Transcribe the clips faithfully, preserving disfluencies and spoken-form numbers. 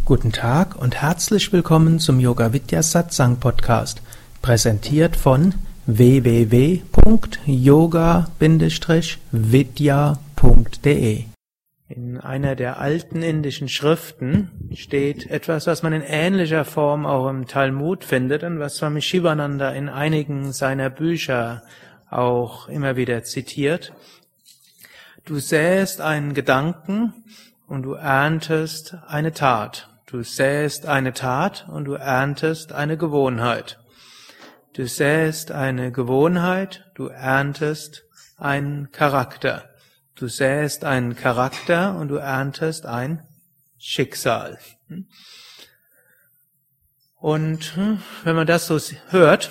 Guten Tag und herzlich willkommen zum Yoga Vidya Satsang Podcast, präsentiert von w w w punkt yoga vidya punkt de. In einer der alten indischen Schriften steht etwas, was man in ähnlicher Form auch im Talmud findet und was Swami Shivananda in einigen seiner Bücher auch immer wieder zitiert. Du säst einen Gedanken und du erntest eine Tat. Du säst eine Tat und du erntest eine Gewohnheit. Du säst eine Gewohnheit, du erntest einen Charakter. Du säst einen Charakter und du erntest ein Schicksal. Und wenn man das so hört,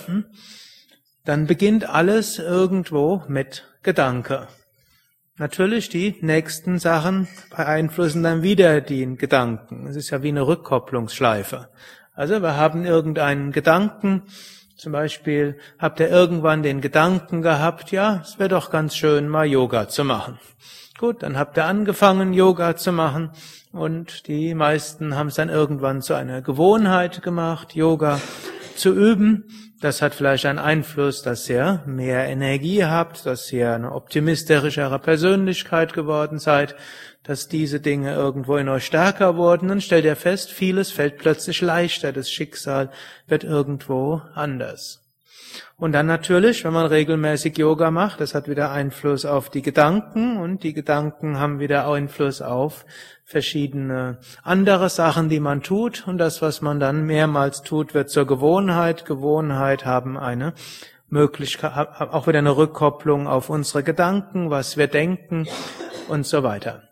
dann beginnt alles irgendwo mit Gedanke. Natürlich, die nächsten Sachen beeinflussen dann wieder den Gedanken. Es ist ja wie eine Rückkopplungsschleife. Also wir haben irgendeinen Gedanken, zum Beispiel habt ihr irgendwann den Gedanken gehabt, ja, es wäre doch ganz schön, mal Yoga zu machen. Gut, dann habt ihr angefangen, Yoga zu machen und die meisten haben es dann irgendwann zu einer Gewohnheit gemacht, Yoga zu üben. Das hat vielleicht einen Einfluss, dass ihr mehr Energie habt, dass ihr eine optimistischere Persönlichkeit geworden seid, dass diese Dinge irgendwo in euch stärker wurden. Dann stellt ihr fest, vieles fällt plötzlich leichter, das Schicksal wird irgendwo anders. Und dann natürlich, wenn man regelmäßig Yoga macht, das hat wieder Einfluss auf die Gedanken und die Gedanken haben wieder Einfluss auf verschiedene andere Sachen, die man tut, und das, was man dann mehrmals tut, wird zur Gewohnheit. Gewohnheit haben eine Möglichkeit, auch wieder eine Rückkopplung auf unsere Gedanken, was wir denken und so weiter.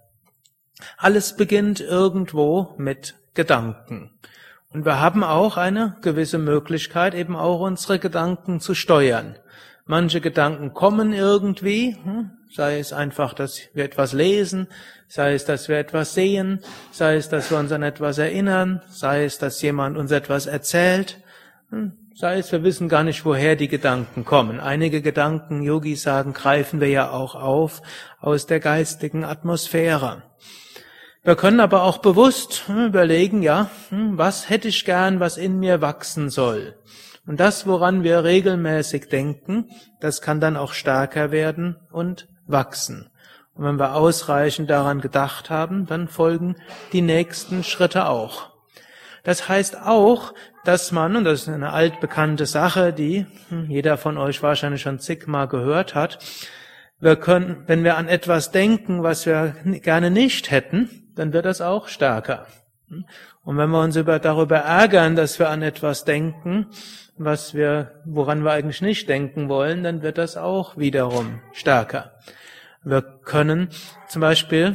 Alles beginnt irgendwo mit Gedanken. Und wir haben auch eine gewisse Möglichkeit, eben auch unsere Gedanken zu steuern. Manche Gedanken kommen irgendwie, sei es einfach, dass wir etwas lesen, sei es, dass wir etwas sehen, sei es, dass wir uns an etwas erinnern, sei es, dass jemand uns etwas erzählt, sei es, wir wissen gar nicht, woher die Gedanken kommen. Einige Gedanken, Yogis sagen, greifen wir ja auch auf aus der geistigen Atmosphäre. Wir können aber auch bewusst überlegen, ja, was hätte ich gern, was in mir wachsen soll. Und das, woran wir regelmäßig denken, das kann dann auch stärker werden und wachsen. Und wenn wir ausreichend daran gedacht haben, dann folgen die nächsten Schritte auch. Das heißt auch, dass man, und das ist eine altbekannte Sache, die jeder von euch wahrscheinlich schon zigmal gehört hat, wir können, wenn wir an etwas denken, was wir gerne nicht hätten, dann wird das auch stärker. Und wenn wir uns über, darüber ärgern, dass wir an etwas denken, was wir, woran wir eigentlich nicht denken wollen, dann wird das auch wiederum stärker. Wir können zum Beispiel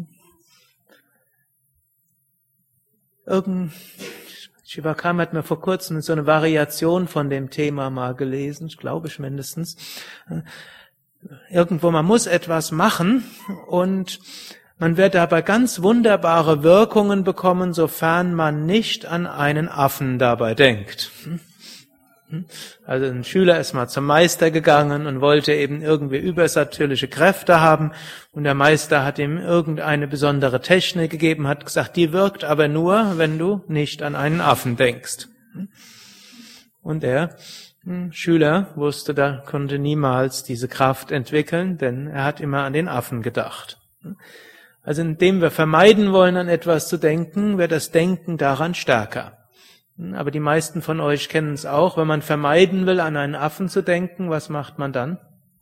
irgend, Shivakam hat mir vor kurzem so eine Variation von dem Thema mal gelesen, ich glaube ich mindestens. Irgendwo, man muss etwas machen und man wird dabei ganz wunderbare Wirkungen bekommen, sofern man nicht an einen Affen dabei denkt. Also ein Schüler ist mal zum Meister gegangen und wollte eben irgendwie übernatürliche Kräfte haben und der Meister hat ihm irgendeine besondere Technik gegeben, hat gesagt, die wirkt aber nur, wenn du nicht an einen Affen denkst. Und der Schüler wusste, da konnte niemals diese Kraft entwickeln, denn er hat immer an den Affen gedacht. Also indem wir vermeiden wollen, an etwas zu denken, wird das Denken daran stärker. Aber die meisten von euch kennen es auch, wenn man vermeiden will, an einen Affen zu denken, was macht man dann?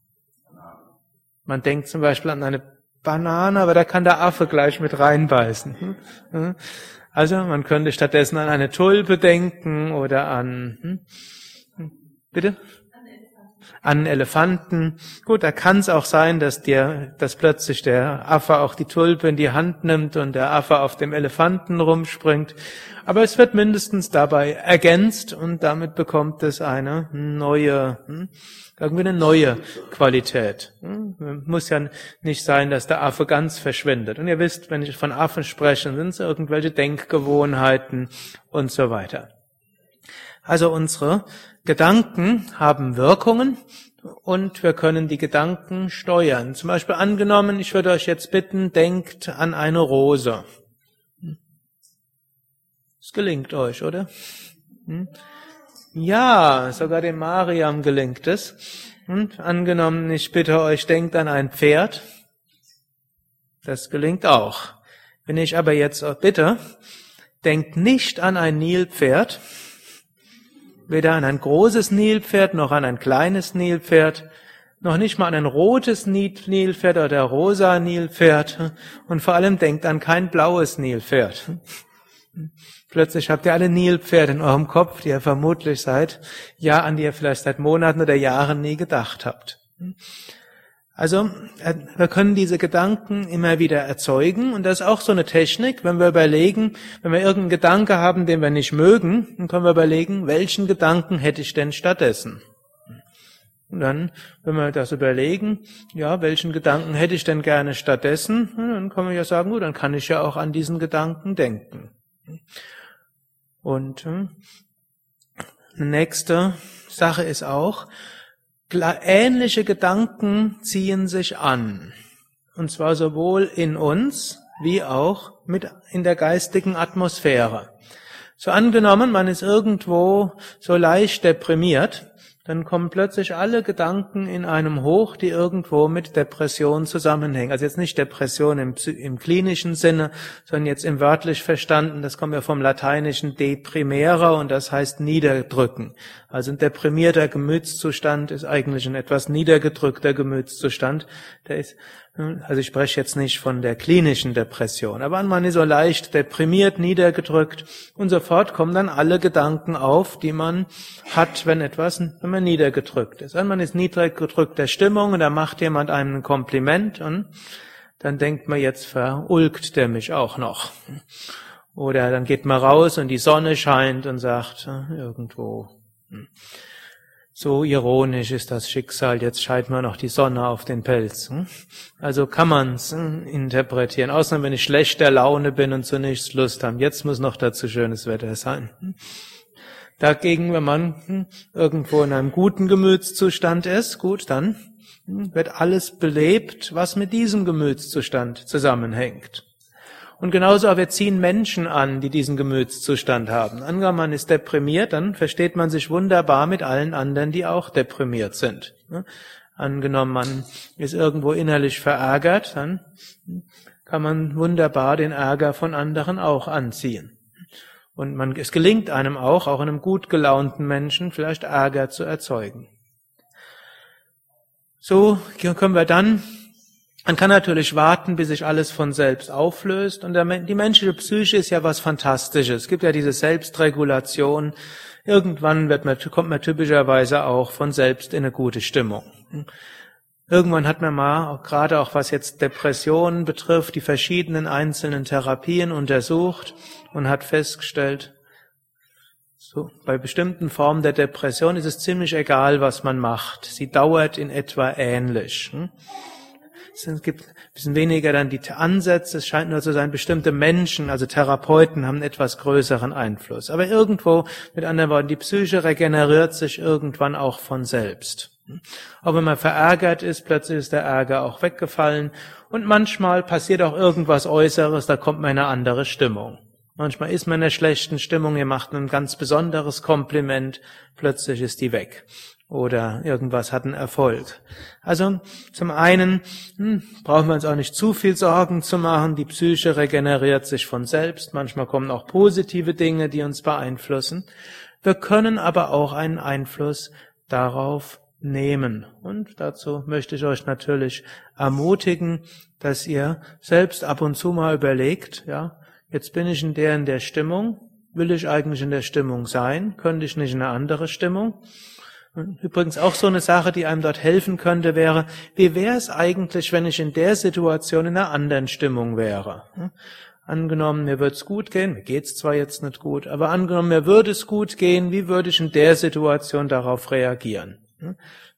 Man denkt zum Beispiel an eine Banane, aber da kann der Affe gleich mit reinbeißen. Also man könnte stattdessen an eine Tulpe denken oder an, bitte? An Elefanten. Gut, da kann es auch sein, dass dir, dass plötzlich der Affe auch die Tulpe in die Hand nimmt und der Affe auf dem Elefanten rumspringt. Aber es wird mindestens dabei ergänzt und damit bekommt es eine neue, irgendwie eine neue Qualität. Muss ja nicht sein, dass der Affe ganz verschwindet. Und ihr wisst, wenn ich von Affen spreche, sind es irgendwelche Denkgewohnheiten und so weiter. Also unsere Gedanken haben Wirkungen und wir können die Gedanken steuern. Zum Beispiel angenommen, ich würde euch jetzt bitten, denkt an eine Rose. Es gelingt euch, oder? Hm? Ja, sogar dem Mariam gelingt es. Und angenommen, ich bitte euch, denkt an ein Pferd. Das gelingt auch. Wenn ich aber jetzt bitte, denkt nicht an ein Nilpferd, weder an ein großes Nilpferd, noch an ein kleines Nilpferd, noch nicht mal an ein rotes Nilpferd oder rosa Nilpferd und vor allem denkt an kein blaues Nilpferd. Plötzlich habt ihr alle Nilpferde in eurem Kopf, die ihr vermutlich seit, ja, an die ihr vielleicht seit Monaten oder Jahren nie gedacht habt. Also, wir können diese Gedanken immer wieder erzeugen und das ist auch so eine Technik, wenn wir überlegen, wenn wir irgendeinen Gedanke haben, den wir nicht mögen, dann können wir überlegen, welchen Gedanken hätte ich denn stattdessen? Und dann, wenn wir das überlegen, ja, welchen Gedanken hätte ich denn gerne stattdessen, dann können wir ja sagen, gut, dann kann ich ja auch an diesen Gedanken denken. Und eine nächste Sache ist auch, ähnliche Gedanken ziehen sich an. Und zwar sowohl in uns, wie auch mit in der geistigen Atmosphäre. So angenommen, man ist irgendwo so leicht deprimiert, dann kommen plötzlich alle Gedanken in einem hoch, die irgendwo mit Depression zusammenhängen. Also jetzt nicht Depression im, im klinischen Sinne, sondern jetzt im wörtlich verstanden, das kommt ja vom lateinischen deprimere und das heißt niederdrücken. Also ein deprimierter Gemütszustand ist eigentlich ein etwas niedergedrückter Gemütszustand. Der ist, also ich spreche jetzt nicht von der klinischen Depression, aber man ist so leicht deprimiert, niedergedrückt und sofort kommen dann alle Gedanken auf, die man hat, wenn etwas, wenn man niedergedrückt ist. Und man ist niedergedrückter Stimmung und da macht jemand einem ein Kompliment und dann denkt man, jetzt verulgt der mich auch noch. Oder dann geht man raus und die Sonne scheint und sagt, irgendwo, so ironisch ist das Schicksal, jetzt scheint mir noch die Sonne auf den Pelz. Also kann man's interpretieren, außer wenn ich schlechter Laune bin und zu nichts Lust habe. Jetzt muss noch dazu schönes Wetter sein. Dagegen, wenn man irgendwo in einem guten Gemütszustand ist, gut, dann wird alles belebt, was mit diesem Gemütszustand zusammenhängt. Und genauso, wir ziehen Menschen an, die diesen Gemütszustand haben. Angenommen, man ist deprimiert, dann versteht man sich wunderbar mit allen anderen, die auch deprimiert sind. Angenommen, man ist irgendwo innerlich verärgert, dann kann man wunderbar den Ärger von anderen auch anziehen. Und man, es gelingt einem auch, auch einem gut gelaunten Menschen, vielleicht Ärger zu erzeugen. So können wir dann Man kann natürlich warten, bis sich alles von selbst auflöst. Und die menschliche Psyche ist ja was Fantastisches. Es gibt ja diese Selbstregulation. Irgendwann wird man, kommt man typischerweise auch von selbst in eine gute Stimmung. Irgendwann hat man mal, auch gerade auch was jetzt Depressionen betrifft, die verschiedenen einzelnen Therapien untersucht und hat festgestellt, so, bei bestimmten Formen der Depression ist es ziemlich egal, was man macht. Sie dauert in etwa ähnlich. Es gibt ein bisschen weniger dann die Ansätze, es scheint nur zu sein, bestimmte Menschen, also Therapeuten, haben einen etwas größeren Einfluss. Aber irgendwo, mit anderen Worten, die Psyche regeneriert sich irgendwann auch von selbst. Auch wenn man verärgert ist, plötzlich ist der Ärger auch weggefallen und manchmal passiert auch irgendwas Äußeres, da kommt man in eine andere Stimmung. Manchmal ist man in einer schlechten Stimmung, ihr macht ein ganz besonderes Kompliment, plötzlich ist die weg. Oder irgendwas hat einen Erfolg. Also zum einen hm, brauchen wir uns auch nicht zu viel Sorgen zu machen. Die Psyche regeneriert sich von selbst. Manchmal kommen auch positive Dinge, die uns beeinflussen. Wir können aber auch einen Einfluss darauf nehmen. Und dazu möchte ich euch natürlich ermutigen, dass ihr selbst ab und zu mal überlegt, ja, jetzt bin ich in der in der Stimmung. Will ich eigentlich in der Stimmung sein? Könnte ich nicht in eine andere Stimmung? Übrigens auch so eine Sache, die einem dort helfen könnte, wäre, wie wäre es eigentlich, wenn ich in der Situation in einer anderen Stimmung wäre? Angenommen, mir würde es gut gehen, mir geht es zwar jetzt nicht gut, aber angenommen, mir würde es gut gehen, wie würde ich in der Situation darauf reagieren?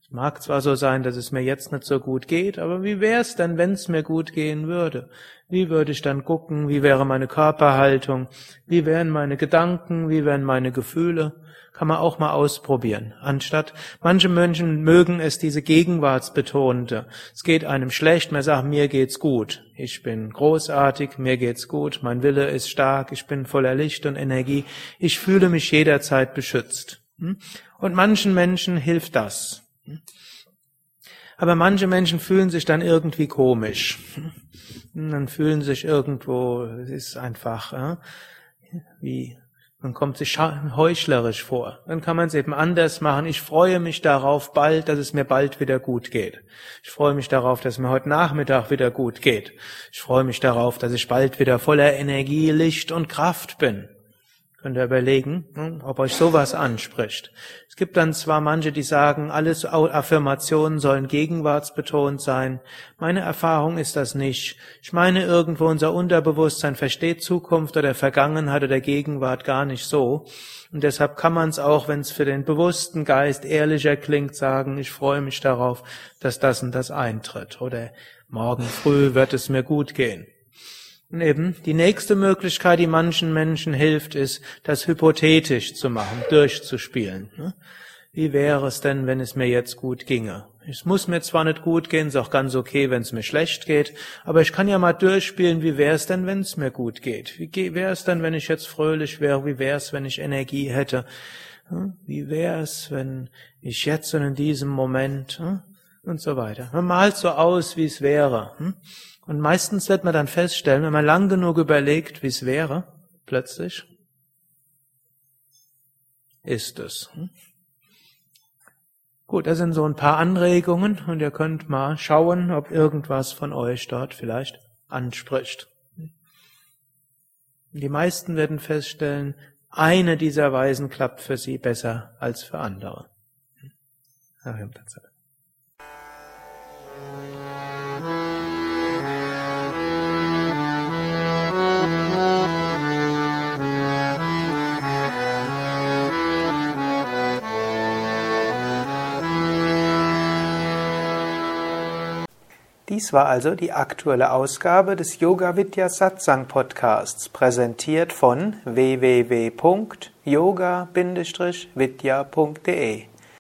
Mag zwar so sein, dass es mir jetzt nicht so gut geht, aber wie wäre es denn, wenn es mir gut gehen würde? Wie würde ich dann gucken? Wie wäre meine Körperhaltung? Wie wären meine Gedanken? Wie wären meine Gefühle? Kann man auch mal ausprobieren. Anstatt, manche Menschen mögen es, diese Gegenwartsbetonte. Es geht einem schlecht, man sagt, mir geht's gut. Ich bin großartig, mir geht's gut, mein Wille ist stark, ich bin voller Licht und Energie. Ich fühle mich jederzeit beschützt. Und manchen Menschen hilft das. Aber manche Menschen fühlen sich dann irgendwie komisch. Dann fühlen sich irgendwo, es ist einfach, äh, wie, man kommt sich heuchlerisch vor. Dann kann man es eben anders machen. Ich freue mich darauf bald, dass es mir bald wieder gut geht. Ich freue mich darauf, dass es mir heute Nachmittag wieder gut geht. Ich freue mich darauf, dass ich bald wieder voller Energie, Licht und Kraft bin. Könnt ihr überlegen, ob euch sowas anspricht. Es gibt dann zwar manche, die sagen, alle Affirmationen sollen gegenwartsbetont sein. Meine Erfahrung ist das nicht. Ich meine, irgendwo unser Unterbewusstsein versteht Zukunft oder Vergangenheit oder Gegenwart gar nicht so. Und deshalb kann man es auch, wenn es für den bewussten Geist ehrlicher klingt, sagen, ich freue mich darauf, dass das und das eintritt. Oder morgen früh wird es mir gut gehen. Und eben die nächste Möglichkeit, die manchen Menschen hilft, ist, das hypothetisch zu machen, durchzuspielen. Wie wäre es denn, wenn es mir jetzt gut ginge? Es muss mir zwar nicht gut gehen, ist auch ganz okay, wenn es mir schlecht geht, aber ich kann ja mal durchspielen, wie wäre es denn, wenn es mir gut geht? Wie wäre es denn, wenn ich jetzt fröhlich wäre? Wie wäre es, wenn ich Energie hätte? Wie wäre es, wenn ich jetzt und in diesem Moment und so weiter? Man malt so aus, wie es wäre. Und meistens wird man dann feststellen, wenn man lang genug überlegt, wie es wäre, plötzlich ist es. Gut, das sind so ein paar Anregungen und ihr könnt mal schauen, ob irgendwas von euch dort vielleicht anspricht. Die meisten werden feststellen, eine dieser Weisen klappt für sie besser als für andere. Dies war also die aktuelle Ausgabe des Yoga Vidya Satsang Podcasts, präsentiert von w w w punkt yoga Bindestrich vidya punkt de.